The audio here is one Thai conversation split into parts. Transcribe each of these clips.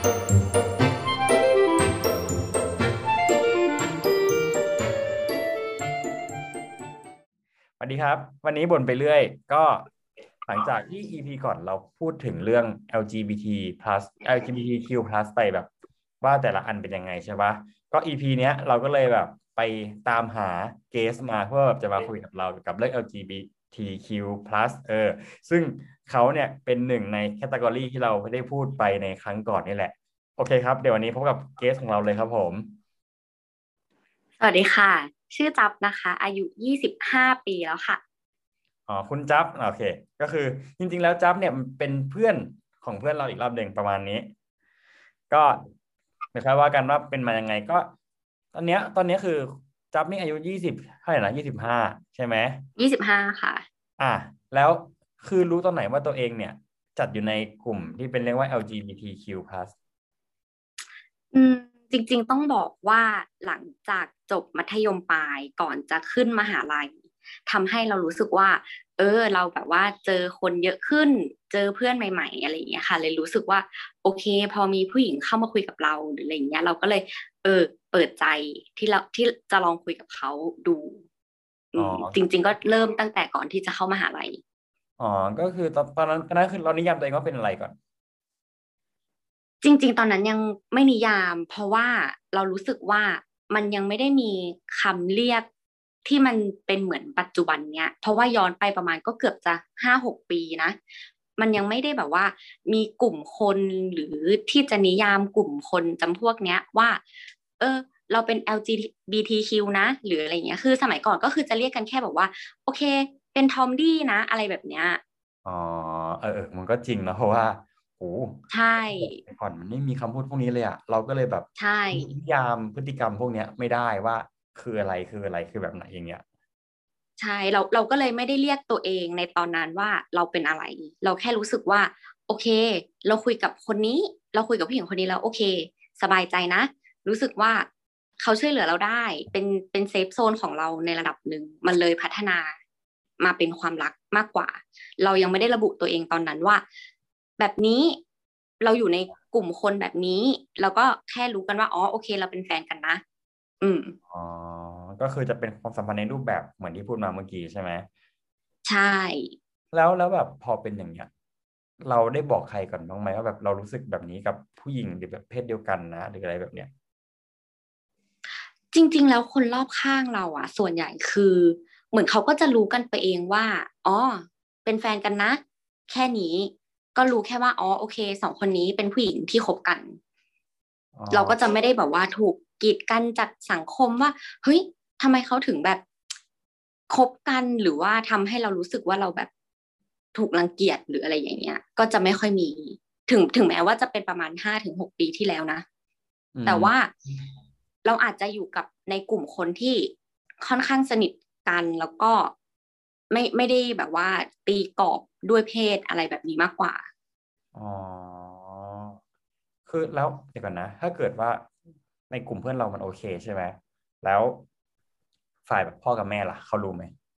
สวัสดีครับวันนี้บ่นไปเรื่อยก็หลังจากที่ EP ก่อนเราพูดถึงเรื่อง LGBTQ+ ไปแบบว่าแต่ละอันเป็นยังไงใช่ปะก็ EP เนี้ยเราก็เลยแบบไปตามหาเกสมาเพื่อแบบจะมาคุยกับเราเกี่ยวกับเรื่อง LGBTQ+ ซึ่งเขาเนี่ยเป็นหนึ่งในแคตตากรีที่เราไม่ได้พูดไปในครั้งก่อนนี่แหละโอเคครับเดี๋ยววันนี้พบกับเกสของเราเลยครับผมสวัสดีค่ะชื่อจับนะคะอายุ25 ปีแล้วค่ะอ๋อคุณจับโอเคก็คือจริงๆแล้วจับเนี่ยมันเป็นเพื่อนของเพื่อนเราอีกรอบหนึ่งประมาณนี้ ก็ไม่ค่อยว่ากันว่าเป็นมายังไงก็ตอนเนี้ยคือจับนี่อายุ20เท่าไหร่นะ25ใช่ไหม 25ค่ะอ่ะแล้วคือรู้ตอนไหนว่าตัวเองเนี่ยจัดอยู่ในกลุ่มที่เป็นเรียกว่า LGBTQ+ อืมจริงๆต้องบอกว่าหลังจากจบมัธยมปลายก่อนจะขึ้นมหาลัยทำให้เรารู้สึกว่าเราแบบว่าเจอคนเยอะขึ้นเจอเพื่อนใหม่ๆอะไรอย่างเงี้ยค่ะเลยรู้สึกว่าโอเคพอมีผู้หญิงเข้ามาคุยกับเราหรืออะไรอย่างเงี้ยเราก็เลยเออเปิดใจที่จะลองคุยกับเขาดูอ๋อจริงๆก็เริ่มตั้งแต่ก่อนที่จะเข้ามหาลัยอ๋อก็คือตอนนั้นคือเรานิยามตัวเองว่าเป็นอะไรก่อนจริงๆ ตอนนั้นยังไม่นิยามเพราะว่าเรารู้สึกว่ามันยังไม่ได้มีคำเรียกที่มันเป็นเหมือนปัจจุบันเนี้ยเพราะว่าย้อนไปประมาณก็เกือบจะ5-6 ปีนะมันยังไม่ได้แบบว่ามีกลุ่มคนหรือที่จะนิยามกลุ่มคนจำพวกเนี้ยว่าเออเราเป็น LGBTQ นะหรืออะไรเงี้ยคือสมัยก่อนก็คือจะเรียกกันแค่แบบว่าโอเคเป็นทอมดี้นะอะไรแบบเนี้ยอ๋อมันก็จริงนะเพราะว่าโอ้ใช่แต่ก่อนมันไม่มีคำพูดพวกนี้เลยอะเราก็เลยแบบใช่นิยามพฤติกรรมพวกเนี้ยไม่ได้ว่าคืออะไรคือแบบไหนอย่างเงี้ยใช่เราก็เลยไม่ได้เรียกตัวเองในตอนนั้นว่าเราเป็นอะไรเราแค่รู้สึกว่าโอเคเราคุยกับคนนี้เราคุยกับผู้หญิงคนนี้แล้วโอเคสบายใจนะรู้สึกว่าเขาช่วยเหลือเราได้เป็นเซฟโซนของเราในระดับหนึ่งมันเลยพัฒนามาเป็นความรักมากกว่าเรายังไม่ได้ระบุตัวเองตอนนั้นว่าแบบนี้เราอยู่ในกลุ่มคนแบบนี้เราก็แค่รู้กันว่าอ๋อโอเคเราเป็นแฟนกันนะอืมอ๋อก็คือจะเป็นความสัมพันธ์ในรูปแบบเหมือนที่พูดมาเมื่อกี้ใช่ไหมใช่แล้วแบบพอเป็นอย่างเงี้ยเราได้บอกใครก่อนบ้างไหมว่าแบบเรารู้สึกแบบนี้กับผู้หญิงหรือแบบเพศเดียวกันนะหรืออะไรแบบเนี้ยจริงๆแล้วคนรอบข้างเราอะส่วนใหญ่คือเหมือนเขาก็จะรู้กันไปเองว่าอ๋อเป็นแฟนกันนะแค่นี้ก็รู้แค่ว่าอ๋อโอเค2 คนนี้เป็นผู้หญิงที่คบกันอ๋อเราก็จะไม่ได้แบบว่าถูกกีดกันจากสังคมว่าเฮ้ยทำไมเขาถึงแบบคบกันหรือว่าทำให้เรารู้สึกว่าเราแบบถูกรังเกียจหรืออะไรอย่างเงี้ยก็จะไม่ค่อยมีถึงแม้ว่าจะเป็นประมาณ5-6 ปีที่แล้วนะอืแต่ว่ามเราอาจจะอยู่กับในกลุ่มคนที่ค่อนข้างสนิทกันแล้วก็ไม่ได้แบบว่าตีกรอบด้วยเพศอะไรแบบนี้มากกว่าอ๋อคือแล้วเดี๋ยวก่อนนะถ้าเกิดว่าในกลุ่มเพื่อนเรามันโอเคใช่ไหมแล้วฝ่ายแบบพ่อกับแม่ล่ะเขารู้ไหม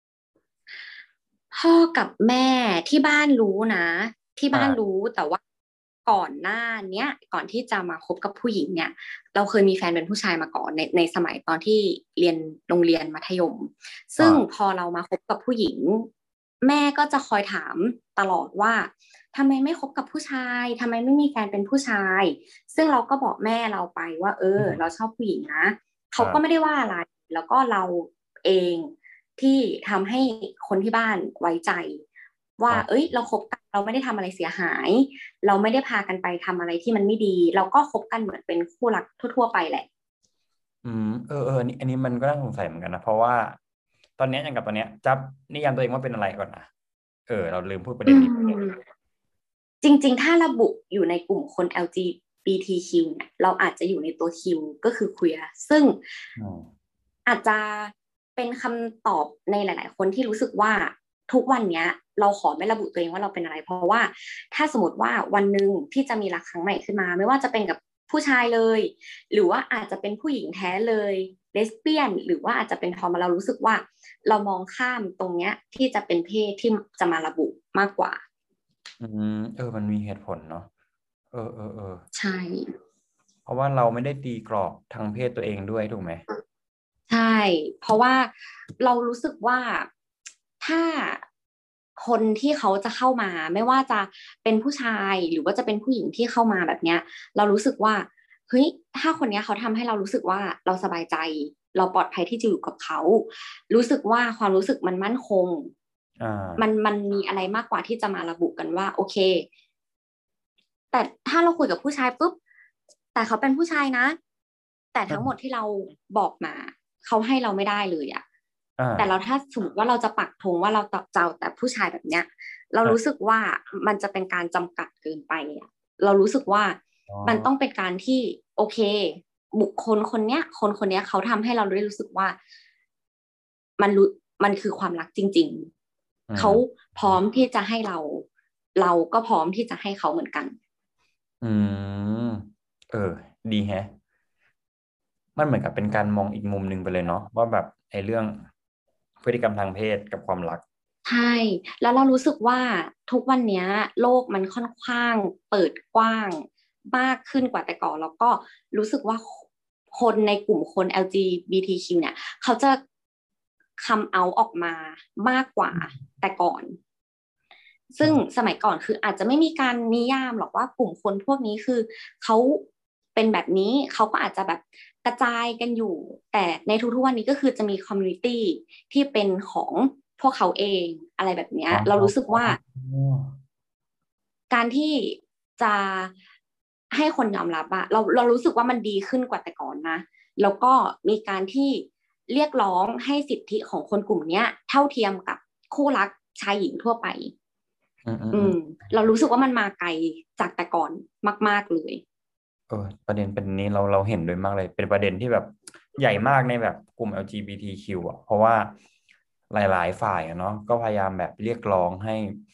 พ่อกับแม่ที่บ้านรู้นะที่บ้านอ่ารู้แต่ว่าก่อนหน้าเนี้ยก่อนที่จะมาคบกับผู้หญิงเนี่ยเราเคยมีแฟนเป็นผู้ชายมาก่อนในสมัยตอนที่เรียนโรงเรียนมัธยมซึ่งพอ่าอเรามาคบกับผู้หญิงแม่ก็จะคอยถามตลอดว่าทำไมไม่คบกับผู้ชายทำไมไม่มีแฟนเป็นผู้ชายซึ่งเราก็บอกแม่เราไปว่าเราชอบผู้หญิงนะเขาก็ไม่อ่าได้ว่าอะไรแล้วก็เราเองที่ทำให้คนที่บ้านไว้ใจว่าอ๋อเอ้ยเราคบกันเราไม่ได้ทำอะไรเสียหายเราไม่ได้พากันไปทำอะไรที่มันไม่ดีเราก็คบกันเหมือนเป็นคู่รักทั่วๆไปแหละอันนี้มันก็น่าสงสัยเหมือนกันนะเพราะว่าตอนเนี้ยอย่างกับตอนเนี้ยจับนิยามตัวเองว่าเป็นอะไรก่อนนะเราลืมพูดประอืเด็นนี้ไปเลยม จริงๆ ถ้าระบุอยู่ในกลุ่มคน LGBTQ เนี่ยเราอาจจะอยู่ในตัว Q ก็คือ queer ซึ่งอืมอาจจะเป็นคำตอบในหลายๆคนที่รู้สึกว่าทุกวันเนี้ยเราขอไม่ระบุตัวเองว่าเราเป็นอะไรเพราะว่าถ้าสมมติว่าวันหนึ่งที่จะมีรักครั้งใหม่ขึ้นมาไม่ว่าจะเป็นกับผู้ชายเลยหรือว่าอาจจะเป็นผู้หญิงแท้เลยเลสเบี้ยนหรือว่าอาจจะเป็นทอมเรารู้สึกว่าเรามองข้ามตรงเนี้ยที่จะเป็นเพศที่จะมาระบุมากกว่าอืมมันมีเหตุผลเนาะใช่เพราะว่าเราไม่ได้ตีกรอบทางเพศตัวเองด้วยถูกไหมใช่เพราะว่าเรารู้สึกว่าถ้าคนที่เขาจะเข้ามาไม่ว่าจะเป็นผู้ชายหรือว่าจะเป็นผู้หญิงที่เข้ามาแบบเนี้ยเรารู้สึกว่าเฮ้ยถ้าคนเนี้ยเขาทำให้เรารู้สึกว่าเราสบายใจเราปลอดภัยที่จะอยู่กับเขารู้สึกว่าความรู้สึกมันมั่นคงอ่ามันมีอะไรมากกว่าที่จะมาระบุกันว่าโอเคแต่ถ้าเราคุยกับผู้ชายปุ๊บแต่เขาเป็นผู้ชายนะแต่ทั้งหมดที่เราบอกมาเขาให้เราไม่ได้เลยอะแต่เราถ้าสมมติว่าเราจะปักธงว่าเราเจ้าแต่ผู้ชายแบบเนี้ยเรารู้สึกว่ามันจะเป็นการจำกัดเกินไปอะเรารู้สึกว่าอ๋อมันต้องเป็นการที่โอเคบุคคลคนเนี้ยคนเนี้ยเขาทำให้เราได้รู้สึกว่ามันรู้มันคือความรักจริงๆเขาอืมพร้อมที่จะให้เราเราก็พร้อมที่จะให้เขาเหมือนกันอืมเออดีแฮะมันเหมือนกับเป็นการมองอีกมุมหนึ่งไปเลยเนาะว่าแบบไอ้เรื่องพฤติกรรมทางเพศกับความรักใช่แล้วเรารู้สึกว่าทุกวันเนี้ยโลกมันค่อนข้างเปิดกว้างมากขึ้นกว่าแต่ก่อนแล้วก็รู้สึกว่าคนในกลุ่มคน LGBTQ เนี่ยเขาจะคัมเอาออกมามากกว่าแต่ก่อนซึ่งสมัยก่อนคืออาจจะไม่มีการนิยามหรอกว่ากลุ่มคนพวกนี้คือเขาเป็นแบบนี้เขาก็อาจจะแบบกระจายกันอยู่แต่ในทุกๆวันนี้ก็คือจะมีคอมมูนิตี้ที่เป็นของพวกเขาเองอะไรแบบเนี้ยอ๋อเรารู้สึกว่าอ๋การที่จะให้คนยอมรับอะเรารู้สึกว่ามันดีขึ้นกว่าแต่ก่อนนะแล้วก็มีการที่เรียกร้องให้สิทธิของคนกลุ่มเนี้ยเท่าเทียมกับคู่รักชายหญิงทั่วไปอืมอืมอือืมมเรารู้สึกว่ามันมาไกลจากแต่ก่อนมากๆเลยประเด็นเป็นนี้เราเห็นด้วยมากเลยเป็นประเด็นที่แบบใหญ่มากในแบบกลุ่ม LGBTQ อ่ะเพราะว่าหลายๆฝ่ายอะเนาะก็พยายามแบบเรียกร้องให้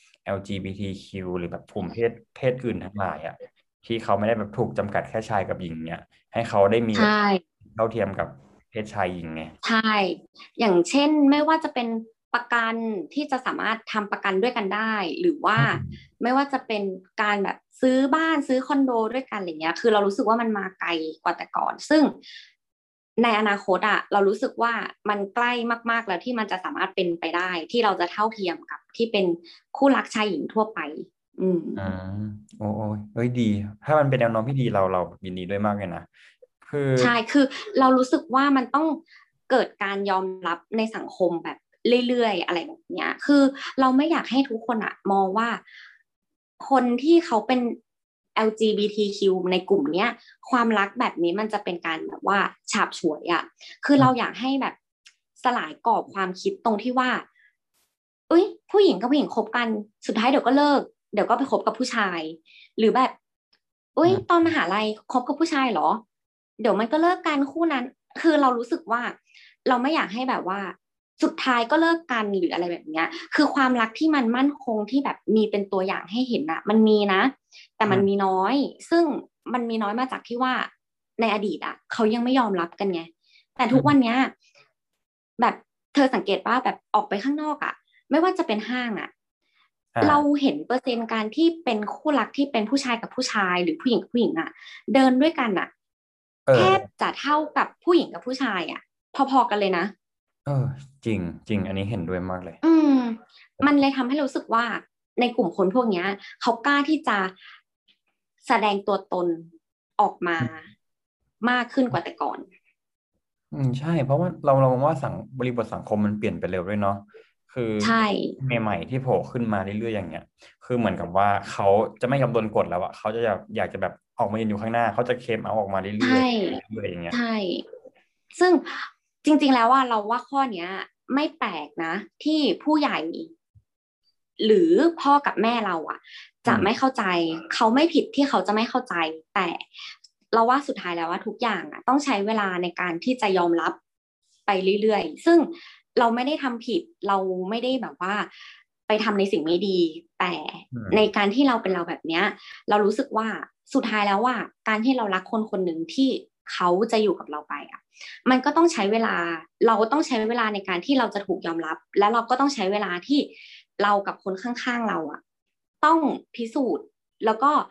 LGBTQ หรือแบบกลุ่มเพศอื่นทั้งหลายอ่ะที่เขาไม่ได้แบบถูกจำกัดแค่ชายกับหญิงเนี่ยให้เขาได้มีใช่แบบเท่าเทียมกับเพศชายหญิงไงใช่ อย่างเช่นไม่ว่าจะเป็นประกันที่จะสามารถทำประกันด้วยกันได้ หรือว่าอืมไม่ว่าจะเป็นการแบบซื้อบ้านซื้อคอนโดด้วยกันอะไรเงี้ยคือเรารู้สึกว่ามันมาไกลกว่าแต่ก่อน ซึ่งในอนาคตอะเรารู้สึกว่ามันใกล้มากๆแล้วที่มันจะสามารถเป็นไปได้ที่เราจะเท่าเทียมกับที่เป็นคู่รักชายหญิงทั่วไปอืมอืมโอ้ยเอ้ยดีถ้ามันเป็นแนวโน้มที่ดีเรายินดีด้วยมากเลยนะคือใช่ คือเรารู้สึกว่ามันต้องเกิดการยอมรับในสังคมแบบเรื่อยๆอะไรแบบเนี้ยคือเราไม่อยากให้ทุกคนอะมองว่าคนที่เขาเป็น LGBTQ ในกลุ่มเนี้ยความรักแบบนี้มันจะเป็นการแบบว่าฉาบฉวยอะคือเราอยากให้แบบสลายกรอบความคิดตรงที่ว่าเอ้ยผู้หญิงกับผู้หญิงคบกันสุดท้ายเดี๋ยวก็เลิกเดี๋ยวก็ไปคบกับผู้ชายหรือแบบอุ้ยอืมตอนมหาลัยคบกับผู้ชายเหรอ เดี๋ยวมันก็เลิกกันคู่นั้น คือเรารู้สึกว่าเราไม่อยากให้แบบว่าสุดท้ายก็เลิกกันหรืออะไรแบบเนี้ยคือความรักที่มันมั่นคงที่แบบมีเป็นตัวอย่างให้เห็นอะมันมีนะแต่มันมีอืมน้อยซึ่งมันมีน้อยมาจากที่ว่าในอดีตอะเขายังไม่ยอมรับกันไงแต่อืมทุกวันเนี้ยแบบเธอสังเกตว่าแบบออกไปข้างนอกอะไม่ว่าจะเป็นห้างอะเราอ่าเห็นเปอร์เซ็นต์การที่เป็นคู่รักที่เป็นผู้ชายกับผู้ชายหรือผู้หญิงกับผู้หญิงอะเดินด้วยกันอะ แทบเออจะเท่ากับผู้หญิงกับผู้ชายอ่ะพอๆกันเลยนะเออจริงจริงอันนี้เห็นด้วยมากเลยอืมมันเลยทำให้รู้สึกว่าในกลุ่มคนพวกเนี้ยเขากล้าที่จะแสดงตัวตนออกมาอืมมากขึ้นกว่าแต่ก่อนใช่เพราะว่าเรามองว่าบริบทสังคมมันเปลี่ยนไปเร็วด้วยเนาะคือใช่ใหม่ๆที่โผล่ขึ้นมาเรื่อยๆอย่างเงี้ยคือเหมือนกับว่าเขาจะไม่ยอมโดนกดแล้วอะเขาจะอยากจะแบบออกมายืนอยู่ข้างหน้าเขาจะเคมเอาออกมาเรื่ใช่อยๆเรื่อยๆอย่างเงี้ยใช่ซึ่งจริงๆแล้วว่าเราว่าข้อเนี้ยไม่แปลกนะที่ผู้ใหญ่หรือพ่อกับแม่เราอ่ะจะอืมไม่เข้าใจเขาไม่ผิดที่เขาจะไม่เข้าใจแต่เราว่าสุดท้ายแล้วว่าทุกอย่างอ่ะต้องใช้เวลาในการที่จะยอมรับไปเรื่อยๆซึ่งเราไม่ได้ทำผิดเราไม่ได้แบบว่าไปทำในสิ่งไม่ดีแต่อืมในการที่เราเป็นเราแบบเนี้ยเรารู้สึกว่าสุดท้ายแล้วว่าการที่เรารักคนคนหนึ่งที่เขาจะอยู่กับเราไปอ่ะ มันก็ต้องใช้เวลา เราต้องใช้เวลาในการที่เราจะถูกยอมรับ และเราก็ต้องใช้เวลาที่เรากับคนข้างๆเราอะต้องพิสูจน์แล้วก็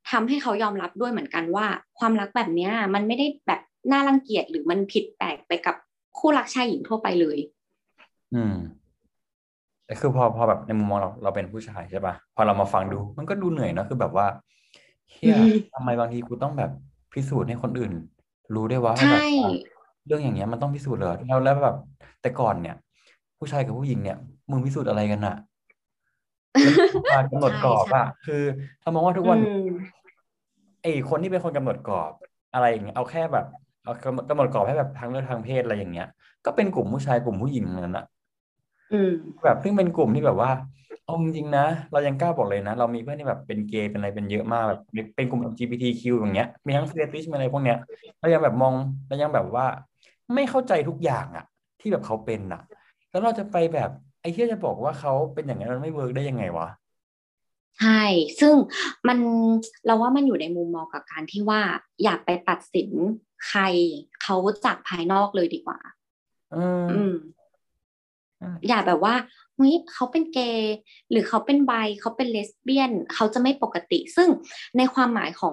ทำให้เขายอมรับด้วยเหมือนกันว่าความรักแบบเนี้ยมันไม่ได้แบบน่ารังเกียจหรือมันผิดแปลกไปกับคู่รักชายหญิงทั่วไปเลยอืมแต่คือพอแบบในมุมมองเราเป็นผู้ชายใช่ป่ะพอเรามาฟังดูมันก็ดูเหนื่อยเนอะคือแบบว่าเฮีอืยทำมไมบางทีกูต้องแบบพิสูจน์ให้คนอื่นรู้ได้วยว่าใชแบบว่า่เรื่องอย่างเงี้ยมันต้องพิสูจน์เหรอแล้วแบบแต่ก่อนเนี่ยผู้ชายกับผู้หญิงเนี่ยมึงพิสูจน์อะไรกันอะแล้วมากำหนดใช่กรอบใช่อะคือเรามองว่าทุกอืวันมไอ้คนที่เป็นคนกำหนดกรอบอะไรอย่างเงี้ยเอาแค่แบบเอากำหนดกรอบให้แบบทางเลือกทางเพศอะไรอย่างเงี้ยก็เป็นกลุ่มผู้ชายกลุ่มผู้หญิงนั้นอะอืมแบบซึ่งเป็นกลุ่มที่แบบว่าเอาจริงๆนะเรายังกล้าบอกเลยนะเรามีเพื่อนที่แบบเป็นเกย์เป็นอะไรเป็นเยอะมากแบบเป็นกลุ่ม LGBTQ อย่างเงี้ยมีทั้งเฟติชมีอะไรพวกเนี้ยเรายังแบบมองเรายังแบบว่าไม่เข้าใจทุกอย่างอ่ะที่แบบเขาเป็นอ่ะแล้วเราจะไปแบบไอ้ที่จะบอกว่าเขาเป็นอย่างนั้นมันไม่เวิร์กได้ยังไงวะใช่ซึ่งมันเราว่ามันอยู่ในมุมมองกับการที่ว่าอย่าไปตัดสินใครเขาจากภายนอกเลยดีกว่าเออืมออย่าแบบว่าเฮ้ยเขาเป็นเกย์หรือเขาเป็นไบเขาเป็นเลสเบี้ยนเขาจะไม่ปกติซึ่งในความหมายของ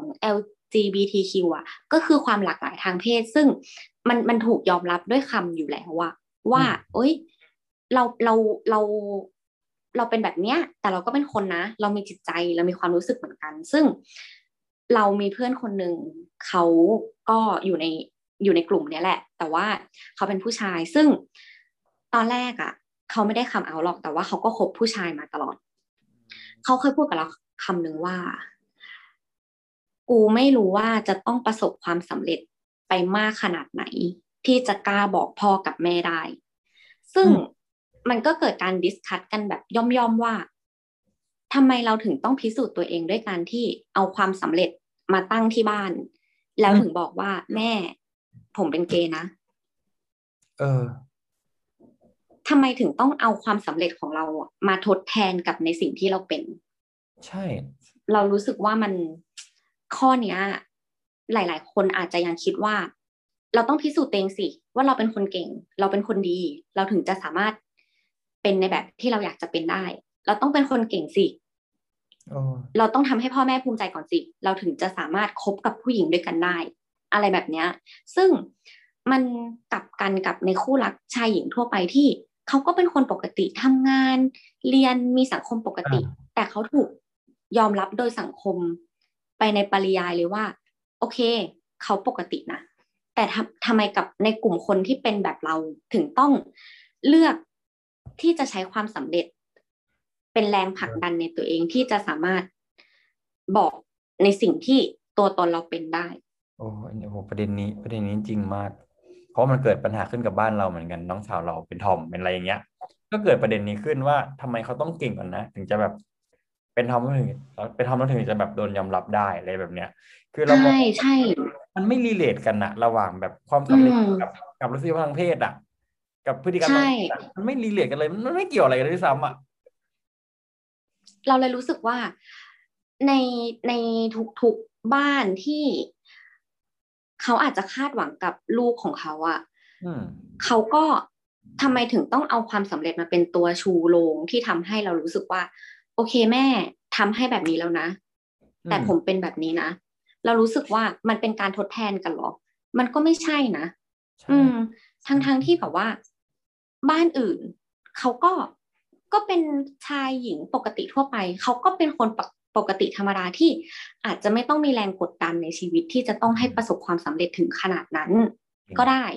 LGBTQ อ่ะก็คือความหลากหลายทางเพศซึ่งมันถูกยอมรับด้วยคำอยู่แล้วอะว่าอืมเอ้ยเราเราเราเราเป็นแบบเนี้ยแต่เราก็เป็นคนนะเรามีจิตใจเรามีความรู้สึกเหมือนกันซึ่งเรามีเพื่อนคนหนึ่งเขาก็อยู่ในกลุ่มเนี้ยแหละแต่ว่าเขาเป็นผู้ชายซึ่งตอนแรกอ่ะ เขาไม่ได้คำเอาหรอกแต่ว่าเขาก็คบผู้ชายมาตลอดเขาเคยพูดกับเราคำหนึ่งว่ากูไม่รู้ว่าจะต้องประสบความสำเร็จไปมากขนาดไหนที่จะกล้าบอกพ่อกับแม่ได้ซึ่งอืมมันก็เกิดการดิสคัสกันแบบย่อมๆว่าทำไมเราถึงต้องพิสูจน์ตัวเองด้วยการที่เอาความสำเร็จมาตั้งที่บ้านแล้วอืมถึงบอกว่าแม่ผมเป็นเกย์นะเออทำไมถึงต้องเอาความสำเร็จของเราอะมาทดแทนกับในสิ่งที่เราเป็นใช่เรารู้สึกว่ามันข้อเนี้ยหลายๆคนอาจจะยังคิดว่าเราต้องพิสูจน์ตัวเองสิว่าเราเป็นคนเก่งเราเป็นคนดีเราถึงจะสามารถเป็นในแบบที่เราอยากจะเป็นได้เราต้องเป็นคนเก่งสิโอ้เราต้องทำให้พ่อแม่ภูมิใจก่อนสิเราถึงจะสามารถคบกับผู้หญิงด้วยกันได้อะไรแบบเนี้ยซึ่งมันกลับกันกับในคู่รักชายหญิงทั่วไปที่เขาก็เป็นคนปกติทำงานเรียนมีสังคมปกติอ่าแต่เขาถูกยอมรับโดยสังคมไปในปริยายเลยว่าโอเคเขาปกตินะแต่ทำไมกับในกลุ่มคนที่เป็นแบบเราถึงต้องเลือกที่จะใช้ความสำเร็จเป็นแรงผลักดันในตัวเองที่จะสามารถบอกในสิ่งที่ตัวตนเราเป็นได้โอ้โหประเด็นนี้จริงมากเพราะมันเกิดปัญหาขึ้นกับบ้านเราเหมือนกันน้องสาวเราเป็นทอมเป็นอะไรอย่างเงี้ย ก็เกิดประเด็นนี้ขึ้นว่าทำไมเขาต้องเก่งก่อนนะถึงจะแบบเป็นทอมแล้วถึงเป็นทอมแล้วถึงจะแบบโดนยอมรับได้อะไรแบบเนี้ยคือเราใช่มองใช่มันไม่รีเลทกันนะระหว่างแบบความอืสำเร็จกับมกับรสนิยมทางเพศอ่ะกับพฤติกรรมใช่ทางเพศอะมันไม่รีเลทกันเลยมันไม่เกี่ยวอะไรกันเลยด้วยซ้ำอ่ะเราเลยรู้สึกว่าในในทุกๆบ้านที่เขาอาจจะคาดหวังกับลูกของเขาอะอืมเขาก็ทำไมถึงต้องเอาความสำเร็จมาเป็นตัวชูโรงที่ทำให้เรารู้สึกว่าโอเคแม่ทำให้แบบนี้แล้วนะอืมแต่ผมเป็นแบบนี้นะเรารู้สึกว่ามันเป็นการทดแทนกันเหรอมันก็ไม่ใช่นะใช่อืมใช่ทั้งที่แบบว่าบ้านอื่นเขาก็เป็นชายหญิงปกติทั่วไปเขาก็เป็นคนปกติธรรมดาที่อาจจะไม่ต้องมีแรงกดดันในชีวิตที่จะต้องให้ประสบความสำเร็จถึงขนาดนั้นจริงก็ได้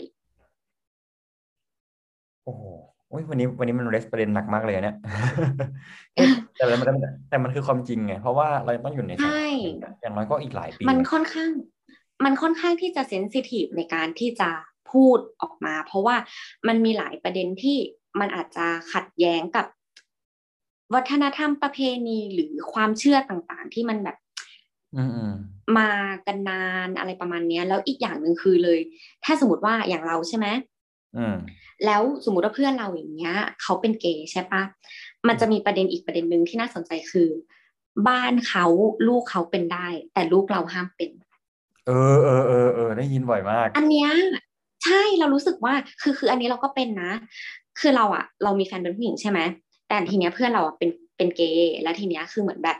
โอ้โหโอ้ยวันนี้มันเรสประเด็นหนักมากเลยอะเนี่ยเอ๊ะแต่มันคือความจริงไงเพราะว่าเรายังต้องอยู่ในใช่สังคมอย่างน้อยก็อีกหลายปีมันเหมือนค่อนข้างมันค่อนข้างที่จะเซนซิทีฟในการที่จะพูดออกมาเพราะว่ามันมีหลายประเด็นที่มันอาจจะขัดแย้งกับวัฒนธรรมประเพณีหรือความเชื่อต่างๆที่มันแบบอืมอืมมากันนานอะไรประมาณเนี้ยแล้วอีกอย่างหนึ่งคือเลยถ้าสมมติว่าอย่างเราใช่ไหมอืมแล้วสมมติว่าเพื่อนเราอย่างเงี้ยเขาเป็นเกย์ใช่ปะมันจะมีประเด็นอีกประเด็นหนึ่งที่น่าสนใจคือบ้านเขาลูกเขาเป็นได้แต่ลูกเราห้ามเป็นเออได้ยินบ่อยมากอันเนี้ยใช่เรารู้สึกว่าคืออันนี้เราก็เป็นนะคือเรามีแฟนเป็นผู้หญิงใช่ไหมแต่ทีเนี้ยเพื่อนเราเป็นเกย์แล้วทีเนี้ยคือเหมือนแบบ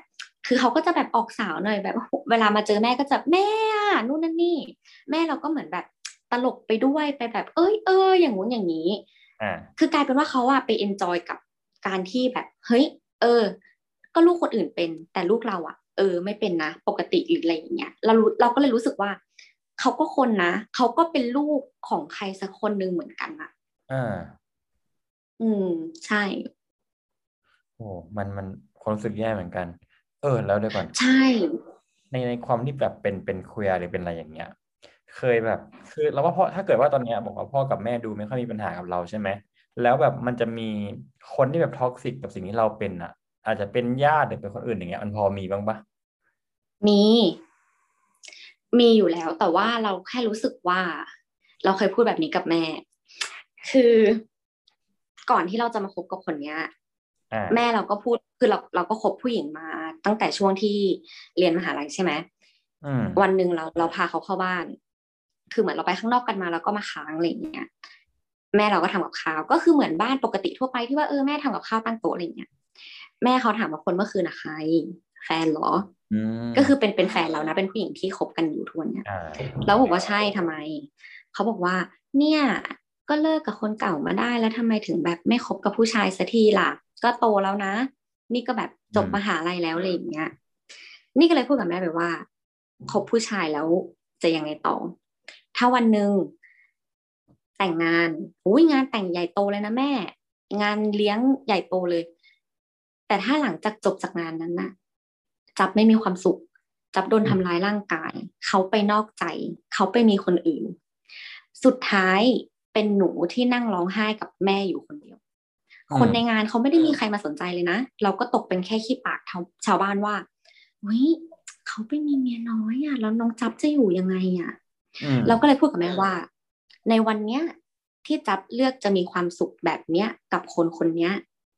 คือเขาก็จะแบบออกสาวหน่อยแบบเวลามาเจอแม่ก็จะแม่อะนู่นนั่นนี่แม่เราก็เหมือนแบบตลกไปด้วยไปแบบเอ้ยอย่างงู้นอย่างนี้อ่าคือกลายเป็นว่าเขาอะไปเอนจอยกับการที่แบบเฮ้ยเออก็ลูกคนอื่นเป็นแต่ลูกเราอะไม่เป็นนะปกติหรืออะไรอย่างเงี้ยเราก็เลยรู้สึกว่าเขาก็คนนะเขาก็เป็นลูกของใครสักคนหนึ่งเหมือนกันอะอ่าอืมใช่โอ้มันความรู้สึกแย่เหมือนกันแล้วเดี๋ยวก่อนใช่ในความที่แบบเป็นเคลียร์หรือเป็นอะไรอย่างเงี้ยเคยแบบคือเราว่าพ่อถ้าเกิดว่าตอนเนี้ยบอกว่าพ่อกับแม่ดูไม่ค่อยมีปัญหากับเราใช่ไหมแล้วแบบมันจะมีคนที่แบบท็อกซิกกับสิ่งที่เราเป็นอ่ะอาจจะเป็นญาติหรือเป็นคนอื่นอย่างเงี้ยมันพอมีบ้างปะมีมีอยู่แล้วแต่ว่าเราแค่รู้สึกว่าเราเคยพูดแบบนี้กับแม่คือก่อนที่เราจะมาคบกับคนเนี้ยแม่อ่าเราก็พูดคือเราก็คบผู้หญิงมาตั้งแต่ช่วงที่เรียนมหาลัยใช่ไหมอืมวันหนึ่งเราพาเขาเข้าบ้านคือเหมือนเราไปข้างนอกกันมาแล้วก็มาค้างอะไรอย่างเงี้ยแม่เราก็ทำกับข้าวก็คือเหมือนบ้านปกติทั่วไปที่ว่าแม่ทำกับข้าวตั้งโต๊ะอะไรอย่างเงี้ยแม่เขาถามว่าคนเมื่อคืนอะใครแฟนเหรออืก็คือมเป็นแฟนเรานะเป็นผู้หญิงที่คบกันอยู่ทุกวันเนี่ยอ่าแล้วบอกว่าใช่ทำไมเขาบอกว่าเนี่ยก็เลิกกับคนเก่ามาได้แล้วทำไมถึงแบบไม่คบกับผู้ชายสักทีล่ะก็โตแล้วนะนี่ก็แบบจบมอืมหาลัยแล้วอะไรอย่างเงี้ยนี่ก็เลยพูดกับแม่ไปว่าคบผู้ชายแล้วจะยังไงต่อถ้าวันหนึ่งแต่งงานอุ้ยงานแต่งใหญ่โตเลยนะแม่งานเลี้ยงใหญ่โตเลยแต่ถ้าหลังจากจบจากงานนั้นน่ะจับไม่มีความสุขจับโดนทำร้ายร่างกายเขาไปนอกใจเขาไปมีคนอื่นสุดท้ายเป็นหนูที่นั่งร้องไห้กับแม่อยู่คนเดียวคนในอืมงานเขาไม่ได้มีใครมาสนใจเลยนะเราก็ตกเป็นแค่ขี้ปากชาวบ้านว่าเฮ้ยเขาไปมีเมียน้อยอ่ะแล้วน้องจับจะอยู่ยังไงอ่ะอืมเราก็เลยพูดกับแม่ว่าในวันเนี้ยที่จับเลือกจะมีความสุขแบบเนี้ยกับคนคนเนี้ย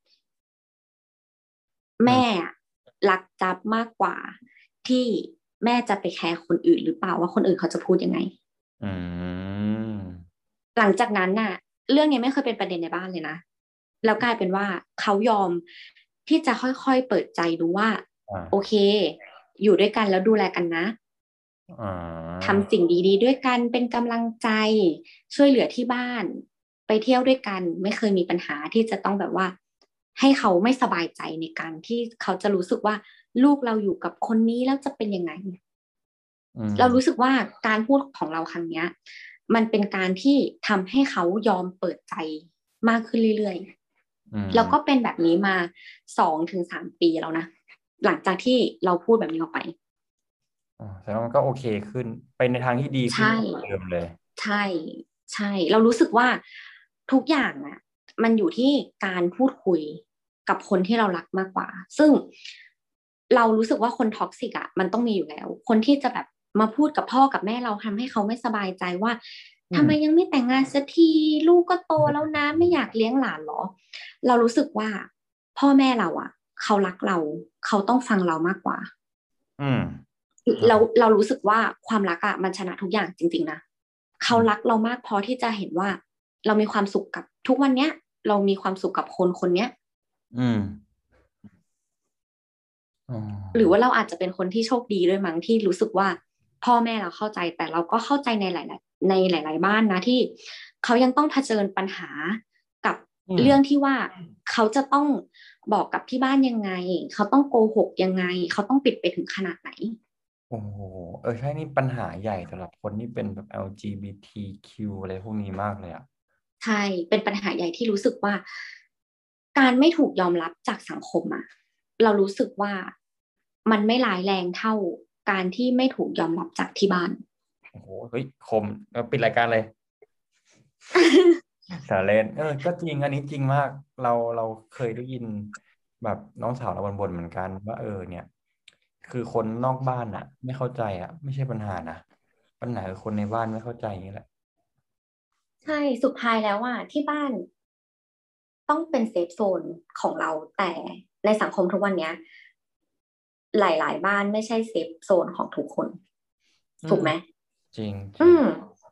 อืแม่มรักจับมากกว่าที่แม่จะไปแคร์คนอื่นหรือเปล่าว่าคนอื่นเขาจะพูดยังไงอืมหลังจากนั้นน่ะเรื่องนี้ไม่เคยเป็นประเด็นในบ้านเลยนะแล้วกลายเป็นว่าเขายอมที่จะค่อยๆเปิดใจดูว่าโอเคอ่าอยู่ด้วยกันแล้วดูแลกันนะอ่าทำสิ่งดีๆด้วยกันเป็นกำลังใจช่วยเหลือที่บ้านไปเที่ยวด้วยกันไม่เคยมีปัญหาที่จะต้องแบบว่าให้เขาไม่สบายใจในการที่เขาจะรู้สึกว่าลูกเราอยู่กับคนนี้แล้วจะเป็นยังไงอืเรารู้มสึกว่าการพูดของเราครั้งเนี้ยมันเป็นการที่ทำให้เขายอมเปิดใจมากขึ้นเรื่อยอืๆแล้วก็มเป็นแบบนี้มา2 ถึง 3 ปีแล้วนะหลังจากที่เราพูดแบบนี้ออกไปแสดงว่ามันก็โอเคขึ้นไปในทางที่ดีขึ้นใช่กว่าเดิมเลยใช่ใช่เรารู้สึกว่าทุกอย่างอ่ะมันอยู่ที่การพูดคุยกับคนที่เรารักมากกว่าซึ่งเรารู้สึกว่าคนท็อกซิกอ่ะมันต้องมีอยู่แล้วคนที่จะแบบมาพูดกับพ่อกับแม่เราทำให้เขาไม่สบายใจว่า ทำไมอืมยังไม่แต่งงานสักทีลูกก็โตแล้วนะไม่อยากเลี้ยงหลานเหรอเรารู้สึกว่าพ่อแม่เราอ่ะเขารักเราเขาต้องฟังเรามากกว่าอืมเรารู้สึกว่าความรักอ่ะมันชนะทุกอย่างจริงๆนะอืเขารักมเรามากพอที่จะเห็นว่าเรามีความสุขกับทุกวันเนี้ยเรามีความสุขกับคนคนเนี้ยอืมอ๋หรือว่าอเราอาจจะเป็นคนที่โชคดีด้วยมั้งที่รู้สึกว่าพ่อแม่เราเข้าใจแต่เราก็เข้าใจในหลายๆบ้านนะที่เขายังต้องเผชิญปัญหากับอืมเรื่องที่ว่าเขาจะต้องบอกกับที่บ้านยังไงเขาต้องโกหกยังไงเขาต้องปิดไปถึงขนาดไหนโอ้โหใช่นี่ปัญหาใหญ่สำหรับคนที่เป็นแบบ LGBTQ อะไรพวกนี้มากเลยอ่ะใช่เป็นปัญหาใหญ่ที่รู้สึกว่าการไม่ถูกยอมรับจากสังคมอะเรารู้สึกว่ามันไม่ร้ายแรงเท่าการที่ไม่ถูกยอมรับจากที่บ้านโอ้โหเฮ้ยคมปิดรายการเลยสาเล่นก็จริงอันนี้จริงมากเราเคยได้ยินแบบน้องสาวเราบ่นๆเหมือนกันว่าเนี่ยคือคนนอกบ้านอ่ะไม่เข้าใจอ่ะไม่ใช่ปัญหานะปัญหาคือคนในบ้านไม่เข้าใจอย่างนี้แหละใช่สุดท้ายแล้วอ่ะที่บ้านต้องเป็นเซฟโซนของเราแต่ในสังคมทุกวันเนี้ยหลายๆบ้านไม่ใช่เซฟโซนของทุกคนอืมถูกไหมจริงจอืริงม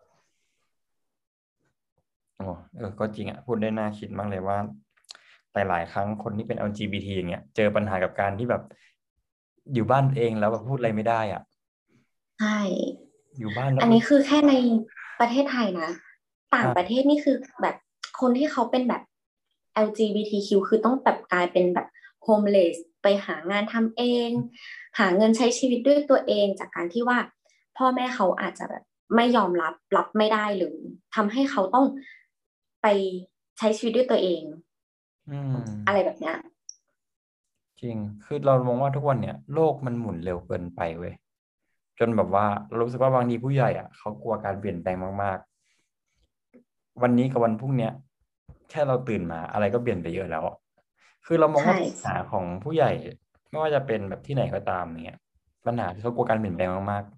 โอ้ก็จริงอ่ะพูดได้น่าคิดมากเลยว่าหลายๆครั้งคนที่เป็น LGBT อย่างเงี้ยเจอปัญหากับการที่แบบอยู่บ้านเองแล้วแบบพูดอะไรไม่ได้อ่ะใช่อยู่บ้านแล้วอันนี้คือแค่ในประเทศไทยนะต่างประเทอ่าศนี่คือแบบคนที่เขาเป็นแบบ LGBTQ คือต้องแบบกลายเป็นแบบโฮมเลสไปหางานทำเองหาเงินใช้ชีวิตด้วยตัวเองจากการที่ว่าพ่อแม่เขาอาจจะแบบไม่ยอมรับไม่ได้หรือทำให้เขาต้องไปใช้ชีวิตด้วยตัวเองอืมอะไรแบบเนี้ยจริงคือเรามองว่าทุกวันเนี่ยโลกมันหมุนเร็วเกินไปเว้ยจนแบบว่าเรารู้สึกว่าบางทีผู้ใหญ่อ่ะเขากลัวการเปลี่ยนแปลงมากๆวันนี้กับวันพรุ่งเนี้ยแค่เราตื่นมาอะไรก็เปลี่ยนไปเยอะแล้วอะคือเรามองใช่ว่าปัญหาของผู้ใหญ่ไม่ว่าจะเป็นแบบที่ไหนก็ตามเนี่ยปัญหาที่เขากลัวการเปลี่ยนแปลงมาก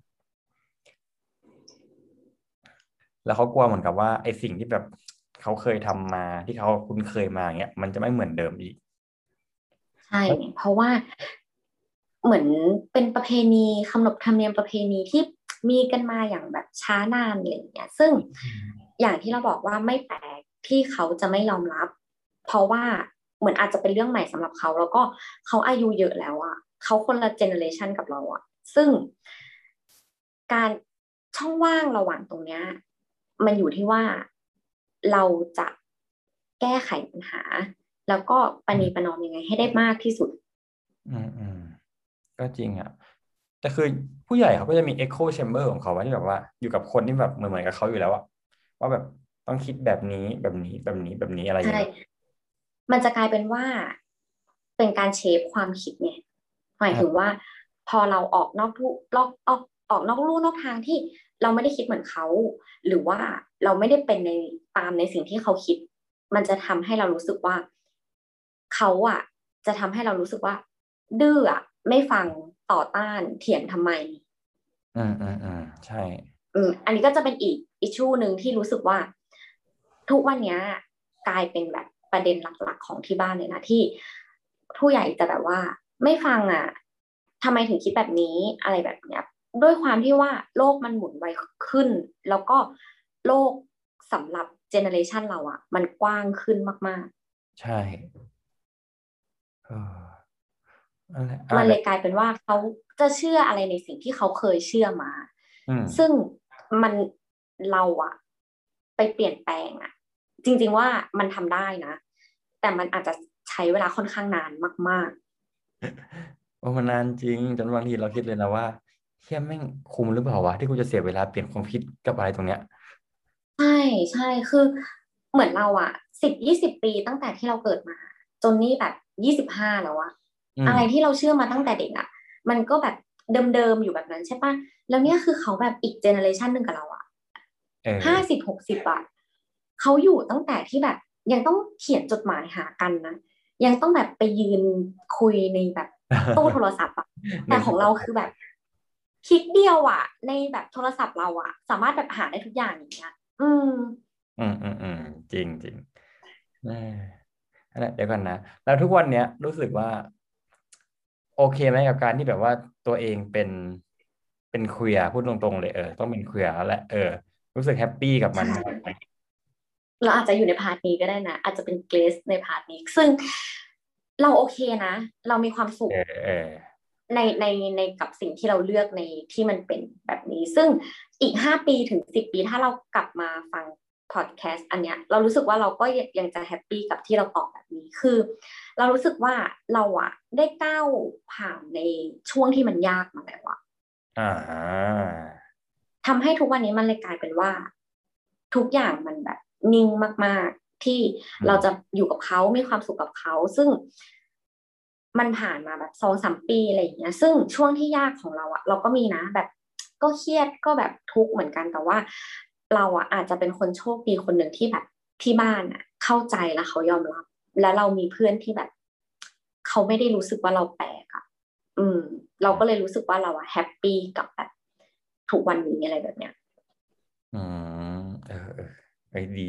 ๆแล้วเขากลัวเหมือนกับว่าไอ้สิ่งที่แบบเขาเคยทำมาที่เขาคุ้นเคยมาเงี้ยมันจะไม่เหมือนเดิมอีกใช่เพราะว่า เหมือนเป็นประเพณีขนบธรรมเนียมประเพณีที่มีกันมาอย่างแบบช้านานอะไรอย่างเงี้ยซึ่งอย่างที่เราบอกว่าไม่แปลกที่เขาจะไม่ยอมรับเพราะว่าเหมือนอาจจะเป็นเรื่องใหม่สำหรับเขาแล้วก็เขาอายุเยอะแล้วอ่ะเขาคนละเจเนอเรชันกับเราอ่ะซึ่งการช่องว่างระหว่างตรงเนี้ยมันอยู่ที่ว่าเราจะแก้ไขปัญหาแล้วก็ประนีประนอมยังไงให้ได้มากที่สุดอืมอืม ก็จริงอ่ะแต่คือผู้ใหญ่เขาก็จะมี echo chamber ของเขาไว้ที่แบบว่าอยู่กับคนที่แบบเหมือนกับเขาอยู่แล้วอะว่าแบบต้องคิดแบบนี้แบบนี้แบบนี้แบบนี้อะไรอใช่ย่างเงี้ยมันจะกลายเป็นว่าเป็นการเชฟความคิดไงหมายถึงอ่าว่าพอเราออกนอกลู่ออกนอกลู่นอกทางที่เราไม่ได้คิดเหมือนเขาหรือว่าเราไม่ได้เป็นในตามในสิ่งที่เขาคิดมันจะทำให้เรารู้สึกว่าเขาอ่ะจะทำให้เรารู้สึกว่าดื้ออ่ะไม่ฟังต่อต้านเถียงทำไมอืมอืมอืมใช่อันนี้ก็จะเป็นอีกอิชชูหนึ่งที่รู้สึกว่าทุกวันนี้กลายเป็นแบบประเด็นหลักๆของที่บ้านเลยนะที่ผู้ใหญ่จะแบบว่าไม่ฟังอ่ะทำไมถึงคิดแบบนี้อะไรแบบเนี้ยด้วยความที่ว่าโลกมันหมุนไวขึ้นแล้วก็โลกสำหรับเจเนอเรชันเราอ่ะมันกว้างขึ้นมากใช่เอออะไรๆมันเดี๋ยวเลยกลายเป็นว่าเขาจะเชื่ออะไรในสิ่งที่เขาเคยเชื่อมาอืมซึ่งมันเราอะไปเปลี่ยนแปลงอะจริงๆว่ามันทำได้นะแต่มันอาจจะใช้เวลาค่อนข้างนานมากโอ้มันนานจริงจนบางทีเราคิดเลยนะว่าเฮียแม่งคุ้มหรือเปล่าวะที่กูจะเสียเวลาเปลี่ยนความคิดกับอะไรตรงเนี้ยๆใช่ใช่คือเหมือนเราอะ10-20 ปีตั้งแต่ที่เราเกิดมาจนนี่แบบ25แล้วอะอืมอะไรที่เราเชื่อมาตั้งแต่เด็กอะมันก็แบบเดิมๆอยู่แบบนั้นใช่ปะแล้วเนี่ยคือเขาแบบอีกเจเนอเรชันหนึ่งกับเราอะเออ 50-60อะเขาอยู่ตั้งแต่ที่แบบยังต้องเขียนจดหมายหากันนะยังต้องแบบไปยืนคุยในแบบตู้โทรศัพท์อะนึแต่ของกภาพออกเราคือแบบคลิกเดียวอะในแบบโทรศัพท์เราอะสามารถแบบหาได้ทุกอย่างอย่างเงี้ยอืมอืมอืมอืมจริงจริงเออ นั่นแหละเดี๋ยวก่อนนะแล้วทุกวันเนี้ยรู้สึกว่าโอเคไหมกับการที่แบบว่าตัวเองเป็นเคลียร์พูดตรงๆเลยต้องเป็นเคลียร์แล้วแหละรู้สึกแฮปปี้กับมันมากใช่เราอาจจะอยู่ในพาร์ทนี้ก็ได้นะอาจจะเป็นเกรสในพาร์ทนี้ซึ่งเราโอเคนะเรามีความสุขเออในกับสิ่งที่เราเลือกในที่มันเป็นแบบนี้ซึ่งอีก5 ปีถึง 10 ปีถ้าเรากลับมาฟังพอดแคสต์อันเนี้ยเรารู้สึกว่าเราก็ยังจะแฮปปี้กับที่เราตอบแบบนี้คือเรารู้สึกว่าเราอะได้ก้าวผ่านในช่วงที่มันยากมาแล้วอะอ่าทำให้ทุกวันนี้มันเลยกลายเป็นว่าทุกอย่างมันแบบนิ่งมากๆที่เราจะอืมอยู่กับเขามีความสุขกับเขาซึ่ง มันผ่านมาแบบ2-3 ปีอะไรอย่างเงี้ยซึ่งช่วงที่ยากของเราอะเราก็มีนะแบบก็เครียดก็แบบทุกข์เหมือนกันแต่ว่าเราอะอาจจะเป็นคนโชคดีคนหนึ่งที่แบบที่บ้านอะเข้าใจและเขายอมรับแล้วเรามีเพื่อนที่แบบเขาไม่ได้รู้สึกว่าเราแปลกอะอืมเราก็เลยรู้สึกว่าเราอะแฮปปี้กับแบบทุกวันนี้อะไรแบบเนี้ยอืมดี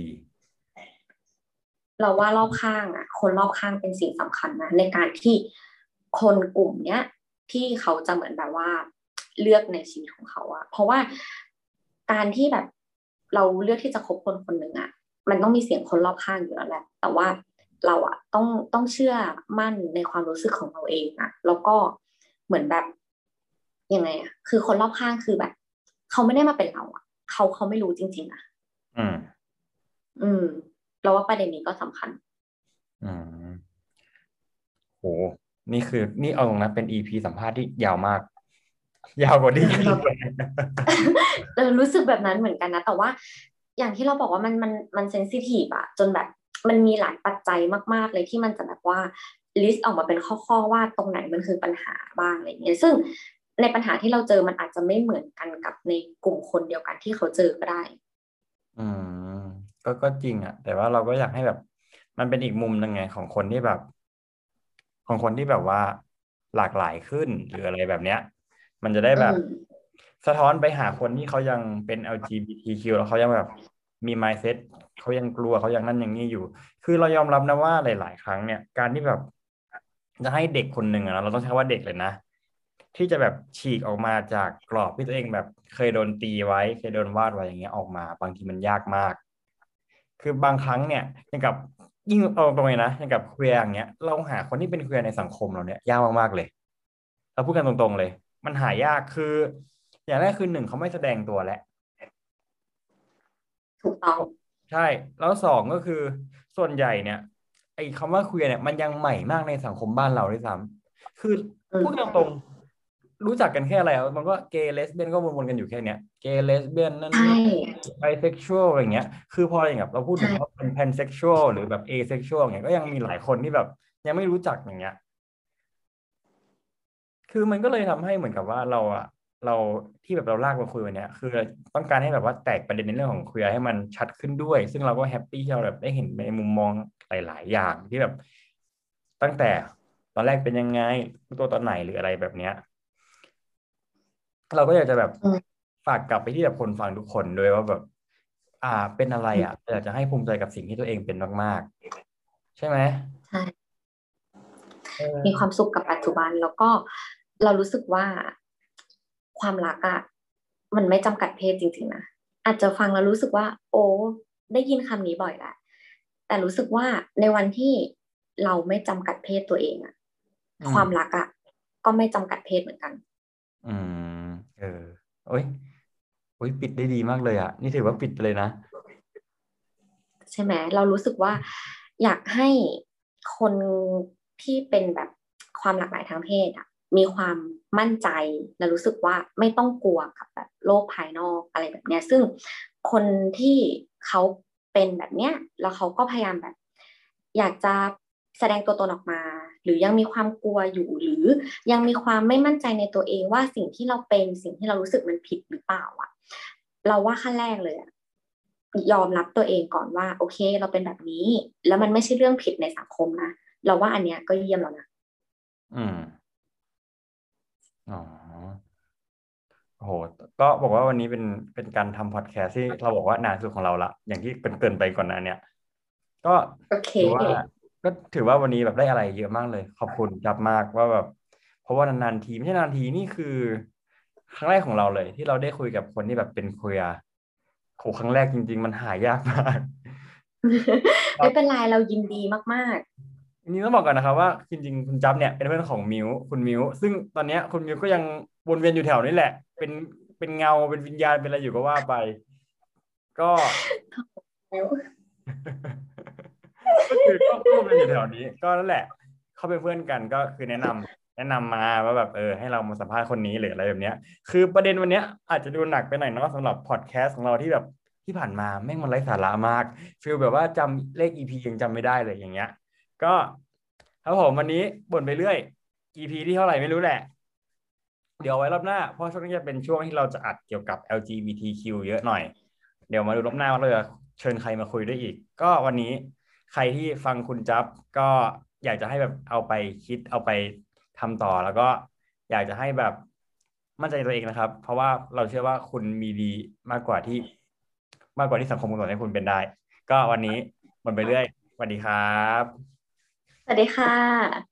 เราว่ารอบข้างอ่ะคนรอบข้างเป็นสิ่งสำคัญนะในการที่คนกลุ่มเนี้ยที่เขาจะเหมือนแบบว่าเลือกในชีวิตของเขาอะเพราะว่าการที่แบบเราเลือกที่จะคบคนคนหนึ่งอะมันต้องมีเสียงคนรอบข้างอยู่แล้วแหละแต่ว่าเราอะต้องเชื่อมั่นในความรู้สึกของเราเองอะแล้วก็เหมือนแบบยังไงอะคือคนรอบข้างคือแบบเขาไม่ได้มาเป็นเราอะเขาไม่รู้จริงๆอะอืมอืมเราว่าประเด็นนี้ก็สำคัญอืมโหนี่เอาตรงนะเป็นอีพีสัมภาษณ์ที่ยาวมากยาวกว่าที่คิดเราเลยรู้สึกแบบนั้นเหมือนกันนะแต่ว่าอย่างที่เราบอกว่ามันเซนซิทีฟอะจนแบบมันมีหลายปัจจัยมากๆเลยที่มันจะแบบว่าลิสต์ออกมาเป็นข้อๆว่าตรงไหนมันคือปัญหาบ้างอะไรเงี้ยซึ่งในปัญหาที่เราเจอมันอาจจะไม่เหมือนกันกับในกลุ่มคนเดียวกันที่เขาเจอก็ได้อืมก็จริงอ่ะแต่ว่าเราก็อยากให้แบบมันเป็นอีกมุมหนึ่งไงของคนที่แบบของคนที่แบบว่าหลากหลายขึ้นหรืออะไรแบบเนี้ยมันจะได้อืแบบมสะท้อนไปหาคนที่เขายังเป็น LGBTQ แล้วเขายังแบบมี mindset เขายังกลัวเขายังนั่นอย่างนี้อยู่คือเรายอมรับนะว่าหลายๆครั้งเนี่ยการที่แบบจะให้เด็กคนหนึ่งอะนะเราต้องใช้คำว่าเด็กเลยนะที่จะแบบฉีกออกมาจากกรอบที่ตัวเองแบบเคยโดนตีไว้เคยโดนวาดไว้อย่างเงี้ยออกมาบางทีมันยากมาก คือบางครั้งเนี่ยอย่างกับยิ่งเอาตรงเลยนะอย่างกับเคลียร์อย่างเงี้ยเราหาคนที่เป็นเคลียร์ในสังคมเราเนี่ยยากมากๆเลยเราพูดกันตรงๆเลยมันหายากคืออย่างแรกคือหนึ่งเขาไม่แสดงตัวแหละถูกต้องใช่แล้วสองก็คือส่วนใหญ่เนี่ยไอ้คำว่าเคลียร์เนี่ยมันยังใหม่มากในสังคมบ้านเราด้วยซ้ำคือพูดตอืมรงๆรู้จักกันแค่อะไรอะมันก็เกย์เลสเบี้ยนก็วนๆกันอยู่แค่เนี้ยเกย์เลสเบี้ยนนั่นใช่นี่ไบเซ็กชวลอะไรเงี้ยคือพออย่างแบบเราพูดถึงว่าใช่เป็นแพนเซ็กชวลหรือแบบเอเซ็กชวลเงี้ยก็ยังมีหลายคนที่แบบยังไม่รู้จักอย่างเงี้ย คือมันก็เลยทำให้เหมือนกับว่าเราที่แบบเราลากมาคุยวันเนี้ยคือต้องการให้แบบว่าแตกประเด็นในเรื่องของเคลียร์ให้มันชัดขึ้นด้วยซึ่งเราก็แฮปปี้ที่เราแบบได้เห็นในมุมมองหลายๆอย่างที่แบบตั้งแต่ตอนแรกเป็นยังไงตัวตอนไหนหรืออะไรแบบเนี้ยเราก็อยากจะแบบอืมฝากกลับไปที่แบบคนฟังทุกคนด้วยว่าแบบอ่าเป็นอะไรอืมอยากจะให้ภูมิใจกับสิ่งที่ตัวเองเป็นมากๆใช่ไหมใช่ มีความเออสุขกับปัจจุบันแล้วก็เรารู้สึกว่าความรักอะมันไม่จำกัดเพศจริงๆนะอาจจะฟังแล้วรู้สึกว่าโอ้ได้ยินคำนี้บ่อยแหละแต่รู้สึกว่าในวันที่เราไม่จำกัดเพศตัวเองอะอืมความรักอะก็ไม่จำกัดเพศเหมือนกันอืมเออโอ้ยโอ้ยปิดได้ดีมากเลยอ่ะนี่ถือว่าปิดไปเลยนะใช่ไหมเรารู้สึกว่าอยากให้คนที่เป็นแบบความหลากหลายทางเพศอะมีความมั่นใจและรู้สึกว่าไม่ต้องกลัวกับแบบโลกภายนอกอะไรแบบเนี้ยซึ่งคนที่เขาเป็นแบบเนี้ยแล้วเขาก็พยายามแบบอยากจะแสดงตัวตนออกมาหรือยังมีความกลัวอยู่หรือยังมีความไม่มั่นใจในตัวเองว่าสิ่งที่เราเป็นสิ่งที่เรารู้สึกมันผิดหรือเปล่าอะเราว่าขั้นแรกเลยอะยอมรับตัวเองก่อนว่าโอเคเราเป็นแบบนี้แล้วมันไม่ใช่เรื่องผิดในสังคมนะเราว่าอันเนี้ยก็เยี่ยมแล้วนะอืมอ๋อโอ้โหก็บอกว่าวันนี้เป็นการทำพอดแคสต์ที่เราบอกว่านานสุดของเราละอย่างที่เกรินไปก่อนหน้าเนี่ยก็โอเคถือว่าก็ถือว่าวันนี้แบบได้อะไรเยอะมากเลยขอบคุณจับมากว่าแบบเพราะว่านานๆทีไม่ใช่นานทีนี่คือครั้งแรกของเราเลยที่เราได้คุยกับคนที่แบบเป็นเคลียร์โหครั้งแรกจริงๆมันหายากมากครัไม่บเป็นไรเรายินดีมากอันนี้ต้องบอกก่อนนะครับว่าจริงๆคุณจับเนี่ยเป็นเพื่อนของมิวคุณมิวซึ่งตอนเนี้ยคุณมิวก็ยังวนเวียนอยู่แถวนี้แหละเป็นเป็นเงาเป็นวิญญาณเป็นอะไรอยู่ก็ว่าไปก็ๆก็คือก็วนเวียนอยู่แถวนี้ก็นั่นแหละเขาเป็นเพื่อนกันก็คือแนะนำมาว่าแบบให้เรามาสัมภาษณ์คนนี้หรืออะไรแบบเนี้ยคือประเด็นวันเนี้ยอาจจะดูหนักไปหน่อยเนาะสำหรับพอดแคสต์ของเราที่แบบที่ผ่านมาแม่งมันไร้สาระมากฟีลแบบว่าจำเลขอีพียังจำไม่ได้เลยอย่างเงี้ยก็ครับผมวันนี้บ่นไปเรื่อย EP ที่เท่าไหร่ไม่รู้แหละเดี๋ยวเอาไว้รอบหน้าเพราะช่วงนี้จะเป็นช่วงที่เราจะอัดเกี่ยวกับ LGBTQ เยอะหน่อยเดี๋ยวมาดูรอบหน้าว่าเราจะเชิญใครมาคุยได้อีกก็วันนี้ใครที่ฟังคุณจับก็อยากจะให้แบบเอาไปคิดเอาไปทำต่อแล้วก็อยากจะให้แบบมั่นใจในตัวเองนะครับเพราะว่าเราเชื่อว่าคุณมีดีมากกว่าที่มากกว่าที่สังคมกำหนดให้คุณเป็นได้ก็วันนี้หมดไปเรื่อยสวัสดีครับสวัสดีค่ะ